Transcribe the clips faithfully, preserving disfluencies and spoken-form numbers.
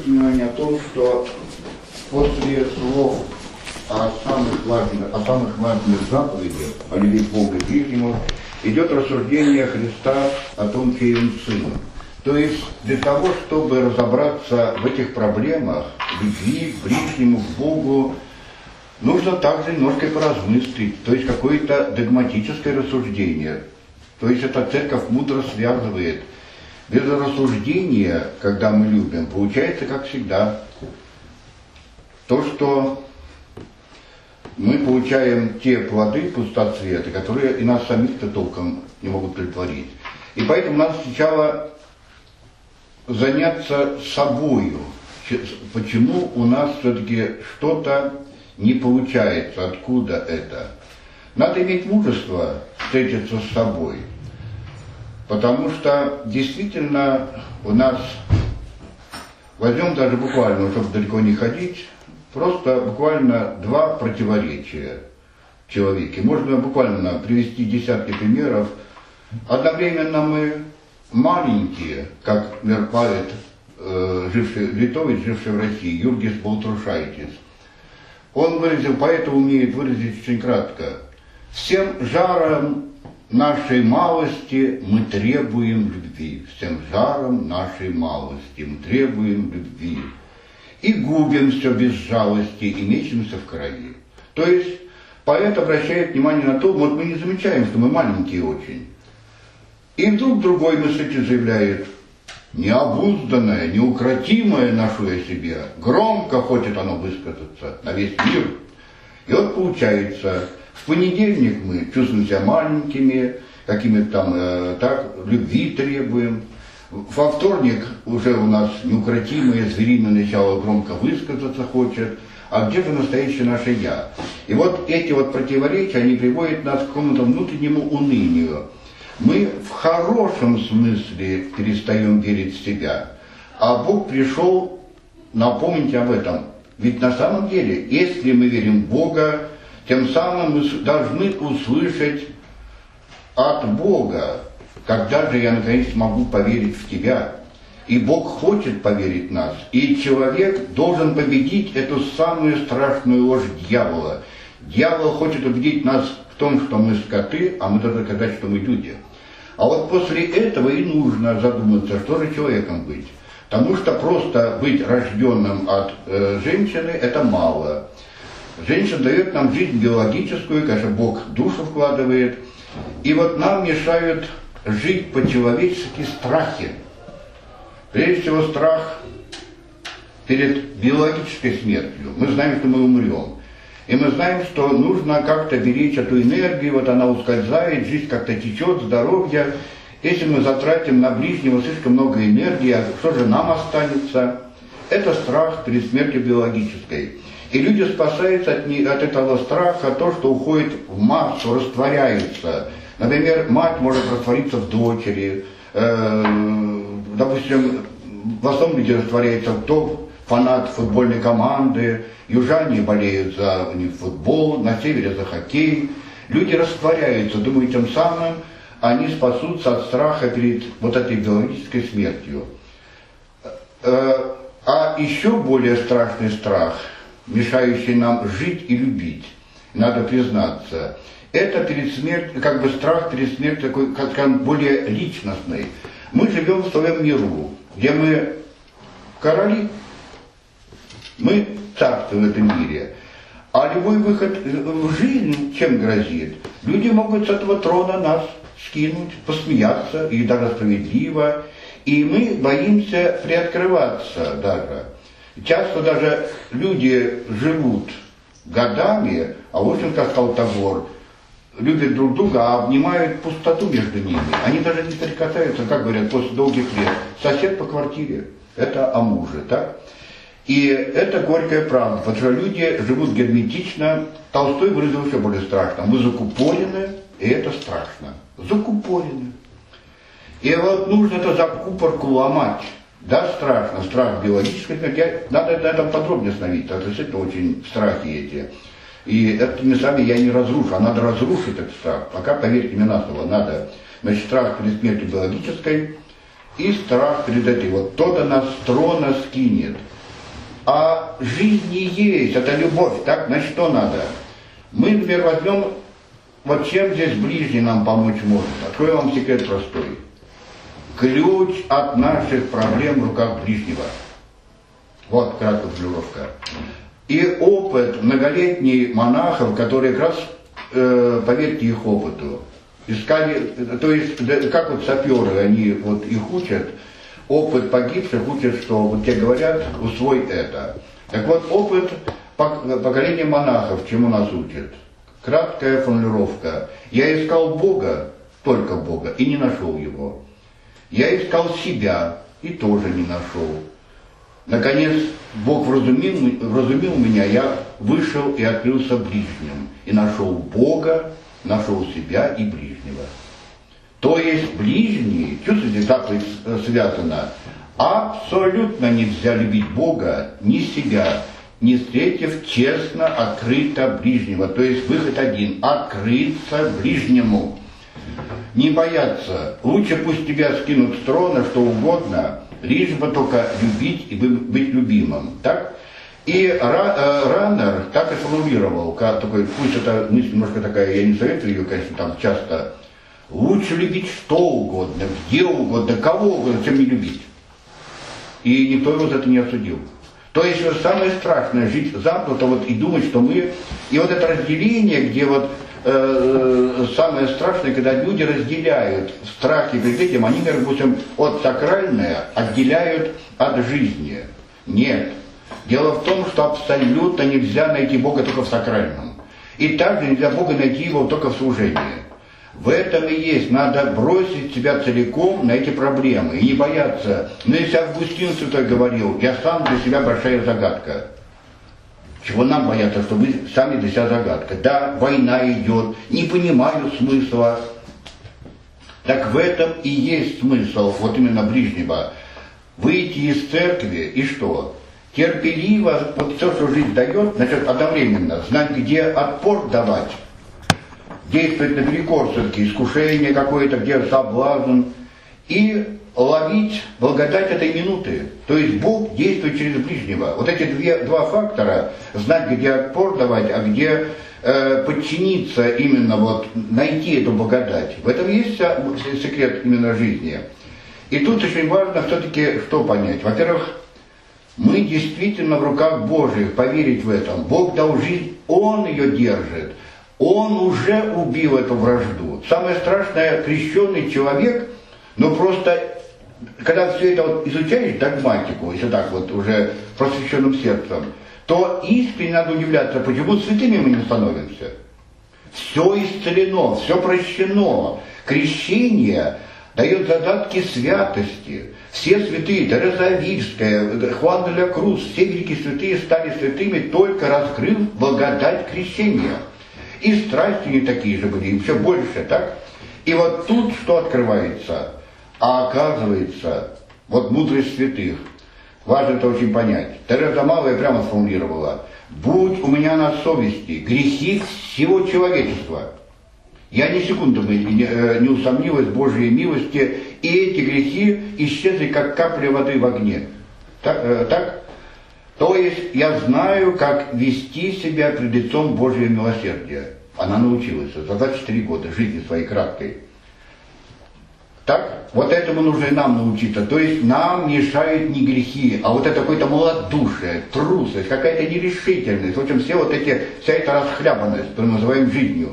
внимание о том, что после слов о самых важных, о самых важных заповедях, о любви к Богу и ближнему, идет рассуждение Христа о том, чей он сын. То есть для того, чтобы разобраться в этих проблемах любви к ближнему, к Богу, нужно также немножко поразмыслить, то есть какое-то догматическое рассуждение. То есть эта церковь мудро связывает. Без рассуждения, когда мы любим, получается, как всегда, то, что мы получаем те плоды пустоцвета, которые и нас самих-то толком не могут удовлетворить. И поэтому надо сначала заняться собою. Почему у нас все-таки что-то не получается, откуда это? Надо иметь мужество встретиться с собой. Потому что действительно у нас, возьмем даже буквально, чтобы далеко не ходить, просто буквально два противоречия в человеке. Можно буквально привести десятки примеров. Одновременно мы маленькие, как поэт, э, живший, литовец, живший в России, Юргис Балтрушайтис. Он выразил, поэт умеет выразить очень кратко: всем жаром нашей малости мы требуем любви, всем жаром нашей малости мы требуем любви. И губим все без жалости, и мечемся в крови. То есть поэт обращает внимание на то, вот мы не замечаем, что мы маленькие очень. И вдруг другой мыслитель заявляет: необузданное, неукротимое ношу я себе, громко хочет оно высказаться на весь мир. И вот получается, в понедельник мы чувствуем себя маленькими, какими-то там, э, так, любви требуем. Во вторник уже у нас неукротимое звериное начало громко высказаться хочет. А где же настоящее наше «я»? И вот эти вот противоречия, они приводят нас к какому-то внутреннему унынию. Мы в хорошем смысле перестаем верить в себя. А Бог пришел напомнить об этом. Ведь на самом деле, если мы верим в Бога, тем самым мы должны услышать от Бога: когда же я наконец могу поверить в тебя? И Бог хочет поверить в нас. И человек должен победить эту самую страшную ложь дьявола. Дьявол хочет убедить нас в том, что мы скоты, а мы должны сказать, что мы люди. А вот после этого и нужно задуматься, что же человеком быть. Потому что просто быть рожденным от э, женщины – это мало. Женщина дает нам жизнь биологическую, конечно, Бог душу вкладывает. И вот нам мешают жить по-человечески страхи. Прежде всего, страх перед биологической смертью. Мы знаем, что мы умрем. И мы знаем, что нужно как-то беречь эту энергию, вот она ускользает, жизнь как-то течет, здоровье. Если мы затратим на ближнего слишком много энергии, а что же нам останется? Это страх перед смертью биологической. И люди спасаются от, не, от этого страха, то, что уходит в массу, растворяется. Например, мать может раствориться в дочери. Э, допустим, в основном люди растворяется кто фанат футбольной команды, южане болеют за футбол, на севере за хоккей. Люди растворяются, думаю, тем самым они спасутся от страха перед вот этой биологической смертью. Э, а еще более страшный страх, мешающий нам жить и любить, надо признаться, это перед смертью, как бы страх перед смертью такой, как скажем, более личностный. Мы живем в своем миру, где мы короли, мы царствуем в этом мире. А любой выход в жизнь чем грозит? Люди могут с этого трона нас скинуть, посмеяться, и даже справедливо. И мы боимся приоткрываться даже. Часто даже люди живут годами, а в общем, как сказал Тавор, любят друг друга, а обнимают пустоту между ними. Они даже не перекатаются, как говорят, после долгих лет. Сосед по квартире. Это о муже, так? И это горькая правда, потому что люди живут герметично. Толстой выразил еще более страшно. Мы закупорены, и это страшно. Закупорены. И вот нужно эту закупорку ломать. Да, страшно, страх биологический. Надо на этом подробнее остановиться, это действительно очень страхи эти. И этими сами я не разрушу, а надо разрушить этот страх. Пока, поверьте мне на слово, надо. Значит, страх перед смертью биологической и страх перед этой. Вот то до нас трона скинет. А жизнь не есть, это любовь, так? Значит, что надо? Мы, например, возьмем, вот чем здесь ближний нам помочь может. Открою вам секрет простой. Ключ от наших проблем в руках ближнего. Вот краткая формулировка. И опыт многолетний монахов, которые как раз, э, поверьте их опыту, искали, то есть, как вот саперы, они вот их учат, опыт погибших учат, что вот тебе говорят, усвой это. Так вот, опыт поколения монахов чему нас учат? Краткая формулировка. Я искал Бога, только Бога, и не нашел его. Я искал себя, и тоже не нашел. Наконец, Бог вразумил, вразумил меня, я вышел и открылся ближним, и нашел Бога, нашел себя и ближнего. То есть ближний, чувствуете, так связано, абсолютно нельзя любить Бога, ни себя, не встретив честно, открыто ближнего. То есть выход один – открыться ближнему. Не бояться. Лучше пусть тебя скинут с трона, что угодно, лишь бы только любить и быть любимым. Так? И Раннер так и сформулировал, как такой, пусть эта мысль немножко такая, я не советую ее, конечно, там часто, лучше любить что угодно, где угодно, кого угодно, чем не любить. И никто его за это не осудил. То есть вот самое страшное жить замкнуто вот, и думать, что мы... И вот это разделение, где вот э, самое страшное, когда люди разделяют в страхе перед этим, они, допустим, от сакральное отделяют от жизни. Нет. Дело в том, что абсолютно нельзя найти Бога только в сакральном. И также нельзя Бога найти его только в служении. В этом и есть. Надо бросить себя целиком на эти проблемы и не бояться. Но если Августин Святой говорил, я сам для себя большая загадка. Чего нам бояться, что вы сами для себя загадка? Да, война идет, не понимаю смысла. Так в этом и есть смысл, вот именно ближнего. Выйти из церкви и что? Терпеливо, вот все, что жизнь дает, значит, одновременно знать, где отпор давать, действовать наперекор все-таки, искушение какое-то, где соблазн, и ловить благодать этой минуты. То есть Бог действует через ближнего. Вот эти две, два фактора, знать, где отпор давать, а где э, подчиниться именно, вот, найти эту благодать. В этом есть секрет именно жизни. И тут очень важно все-таки что понять. Во-первых, мы действительно в руках Божьих, поверить в этом. Бог дал жизнь, Он ее держит. Он уже убил эту вражду. Самое страшное, крещенный человек, но просто, когда все это вот изучаешь, догматику, если так вот уже просвещенным сердцем, то искренне надо удивляться, почему святыми мы не становимся. Все исцелено, все прощено. Крещение дает задатки святости. Все святые, Тереза Авивская, Хуан де ла Круз, все великие святые стали святыми, только раскрыв благодать крещения. И страсти не такие же были, и все больше, так? И вот тут что открывается? А оказывается, вот мудрость святых, важно это очень понять. Тереза Малая прямо сформулировала, будь у меня на совести грехи всего человечества. Я ни секунды не усомнилась в Божьей милости, и эти грехи исчезли, как капли воды в огне. Так? так? То есть я знаю, как вести себя пред лицом Божьего милосердия. Она научилась за двадцать четыре года жизни своей краткой. Так? Вот этому нужно и нам научиться. То есть нам мешают не грехи, а вот это какое-то малодушие, трусость, какая-то нерешительность. В общем, все вот эти, вся эта расхлябанность, которую мы называем жизнью.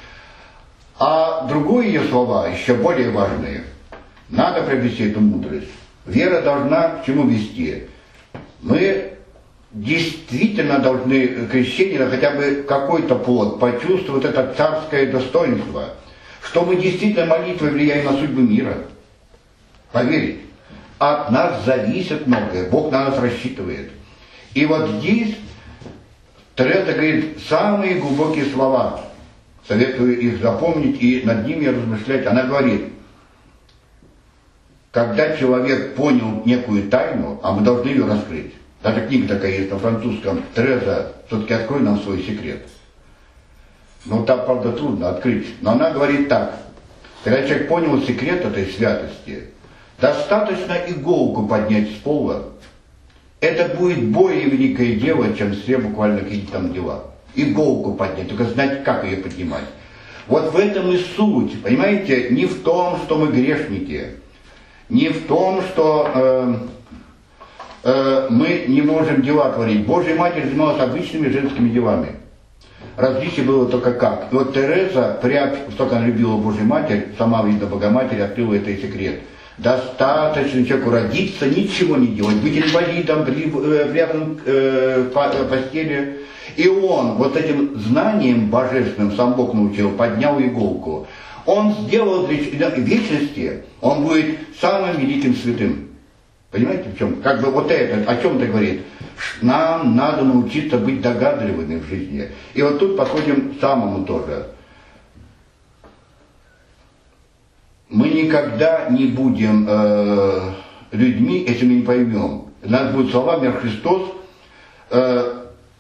А другие ее слова, еще более важные. Надо приобрести эту мудрость. Вера должна к чему вести? Мы действительно должны крещение, хотя бы какой-то плод, почувствовать это царское достоинство, что мы действительно молитвой влияем на судьбы мира. Поверить. От нас зависит многое, Бог на нас рассчитывает. И вот здесь Тереза говорит самые глубокие слова. Советую их запомнить и над ними размышлять. Она говорит, когда человек понял некую тайну, а мы должны ее раскрыть. Даже книга такая есть на французском. Тереза, все-таки открой нам свой секрет. Ну, там, правда, трудно открыть. Но она говорит так. Когда человек понял секрет этой святости, достаточно иголку поднять с пола. это будет более великое дело, чем все буквально какие-то там дела. Иголку поднять, только знать, как ее поднимать. Вот в этом и суть, понимаете, не в том, что мы грешники, не в том, что э, э, мы не можем дела творить. Божья Матерь занималась обычными женскими делами. Различие было только как. И вот Тереза, прям, столько она любила Божью Матерь, сама, видно, Богоматерь, открыла этот секрет. Достаточно человеку родиться, ничего не делать, быть инвалидом, привязанным э, к постели. И он вот этим знанием божественным, сам Бог научил, поднял иголку. Он сделал для вечности, он будет самым великим святым. Понимаете, в чем? Как бы вот это, о чем это говорит? Нам надо научиться быть догадливыми в жизни. И вот тут подходим к самому тоже. Мы никогда не будем э, людьми, если мы не поймем. У нас будут слова, например, Христос э,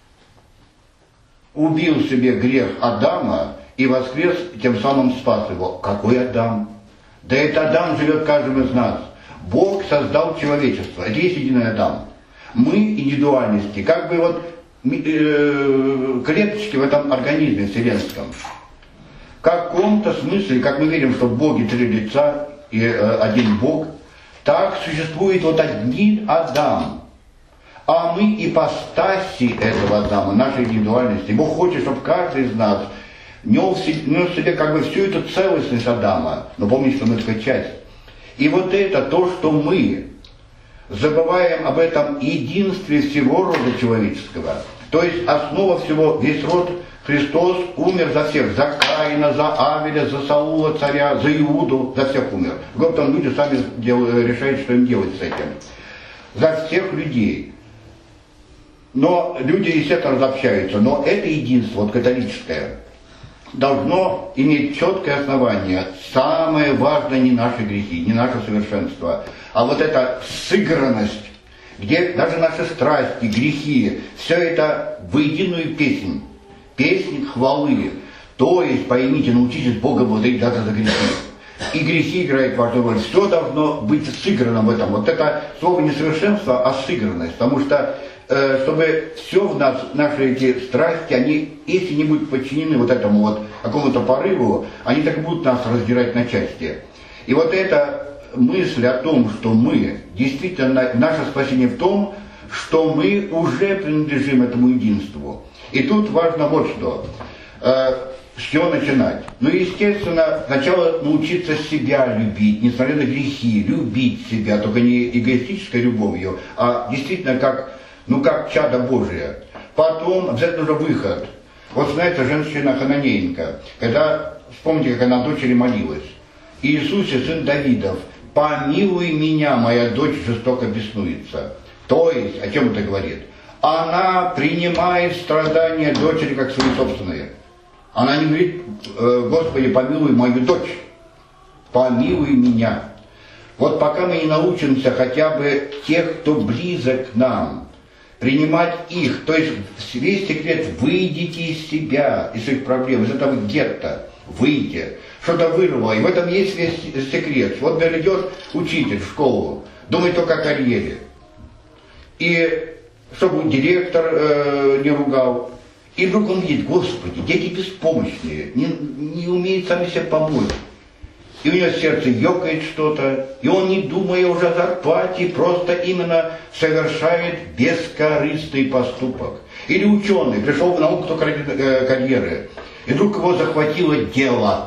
убил себе грех Адама и воскрес, тем самым спас его. Какой Адам? Да это Адам живет в каждом из нас. Бог создал человечество. Это есть единый Адам. Мы индивидуальности, как бы вот э, клеточки в этом организме вселенском. В каком-то смысле, как мы видим, что в Боге три лица и э, один Бог, так существует вот один Адам. А мы ипостаси этого Адама, нашей индивидуальности. Бог хочет, чтобы каждый из нас нес в себе как бы всю эту целостность Адама. Но помните, что мы только часть. И вот это то, что мы забываем об этом единстве всего рода человеческого. То есть основа всего, весь род Христос умер за всех, за Каина, за Авеля, за Саула царя, за Иуду, за всех умер. Вот там люди сами делают, решают, что им делать с этим. За всех людей. Но люди, естественно, разобщаются. Но это единство, вот католическое, должно иметь четкое основание. Самое важное не наши грехи, не наше совершенство, а вот эта сыгранность, где даже наши страсти, грехи, все это в единую песнь. Песнь хвалы. То есть, поймите, научитесь Бога благодарить даже за грехи. И грехи играют важную роль. Все должно быть сыграно в этом. Вот это слово не совершенство, а сыгранность. Потому что, э, чтобы все в нас, наши эти страсти, они, если не будут подчинены вот этому вот какому-то порыву, они так будут нас раздирать на части. И вот эта мысль о том, что мы, действительно, наше спасение в том, что мы уже принадлежим этому единству. И тут важно вот что. Э, с чего начинать? Ну, естественно, сначала научиться себя любить, несмотря на грехи, любить себя, только не эгоистической любовью, а действительно как, ну, как чадо Божие. Потом обязательно уже выход. Вот знаете, женщина Хананеенко, когда, вспомните, как она дочери молилась. Иисусе, сын Давидов, помилуй меня, моя дочь жестоко беснуется. То есть, о чем это говорит? Она принимает страдания дочери как свои собственные. Она не говорит: Господи, помилуй мою дочь, помилуй меня. Вот пока мы не научимся хотя бы тех, кто близок к нам, принимать их, то есть весь секрет: выйдите из себя, из своих проблем, из этого гетто, выйдите. Что-то вырвало, и в этом есть весь секрет. Вот идет учитель в школу, думает только о карьере. И чтобы директор э, не ругал. И вдруг он видит: Господи, дети беспомощные, не, не умеют сами себе помочь. И у него сердце ёкает что-то, и он, не думая уже о зарплате, просто именно совершает бескорыстный поступок. Или ученый пришел в науку только ради э, карьеры, и вдруг его захватило дело.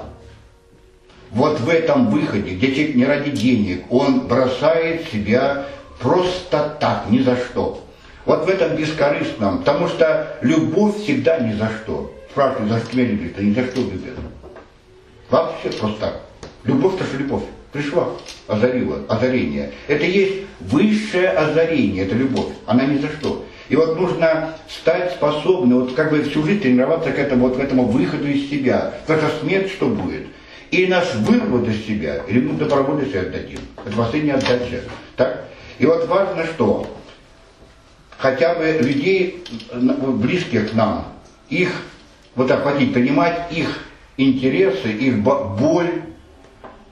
Вот в этом выходе, где не ради денег, он бросает себя просто так, ни за что. Вот в этом бескорыстном, потому что любовь всегда ни за что. Спрашивают: за что меня любит? А ни за что любит. Вообще просто так. Любовь-то же любовь. Пришла, озарила, озарение. Это есть высшее озарение, это любовь. Она ни за что. И вот нужно стать способным, вот как бы всю жизнь тренироваться к этому, вот к этому выходу из себя. Потому что смерть что будет? Или нас вырвут из себя, или мы добровольно себя отдадим. Это последняя отдача. Так? И вот важно что? Хотя бы людей, близких к нам, их вот охватить, понимать их интересы, их боль,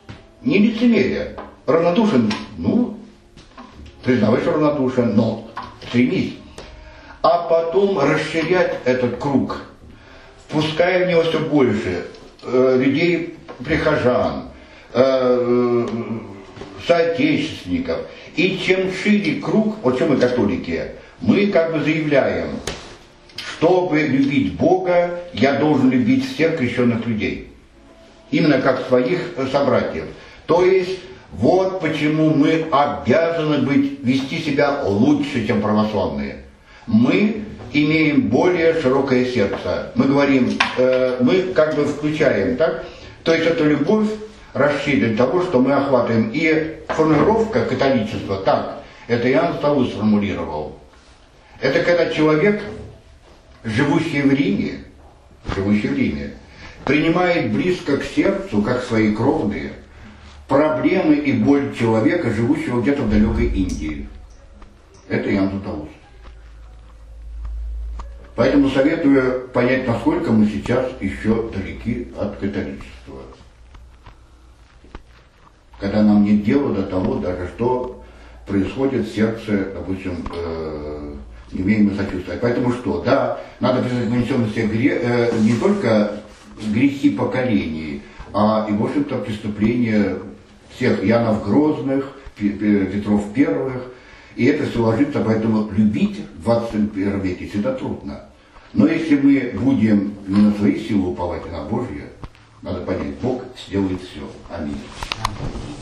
не лицемерие. Равнодушен, ну, признавай, что равнодушен, но стремись. А потом расширять этот круг, впуская в него все больше э, людей, прихожан, э, соотечественников. И чем шире круг, вот чем мы католики, мы как бы заявляем, чтобы любить Бога, я должен любить всех крещенных людей. Именно как своих собратьев. То есть, вот почему мы обязаны быть, вести себя лучше, чем православные. Мы имеем более широкое сердце. Мы говорим, э, мы как бы включаем, так? То есть, эта любовь расширит того, что мы охватываем. И формулировка католичества, так, это Иоанн Златоуст сформулировал. Это когда человек, живущий в Риме, живущий в Риме, принимает близко к сердцу, как свои кровные, проблемы и боль человека, живущего где-то в далекой Индии. Это Иоанн Златоуст. Поэтому советую понять, насколько мы сейчас еще далеки от католичества. Когда нам нет дела до того, даже что происходит в сердце, допустим, э, не имеем мы сочувствия. Поэтому что? Да, надо признать внесенные всех грех, э, не только грехи поколений, а и, в общем-то, преступления всех Янов Грозных, Петров Первых. И это все ложится, поэтому любить в двадцать первом веке всегда трудно. Но если мы будем не на свои силы уповать, а на Божье, надо понять, Бог сделает все. Аминь.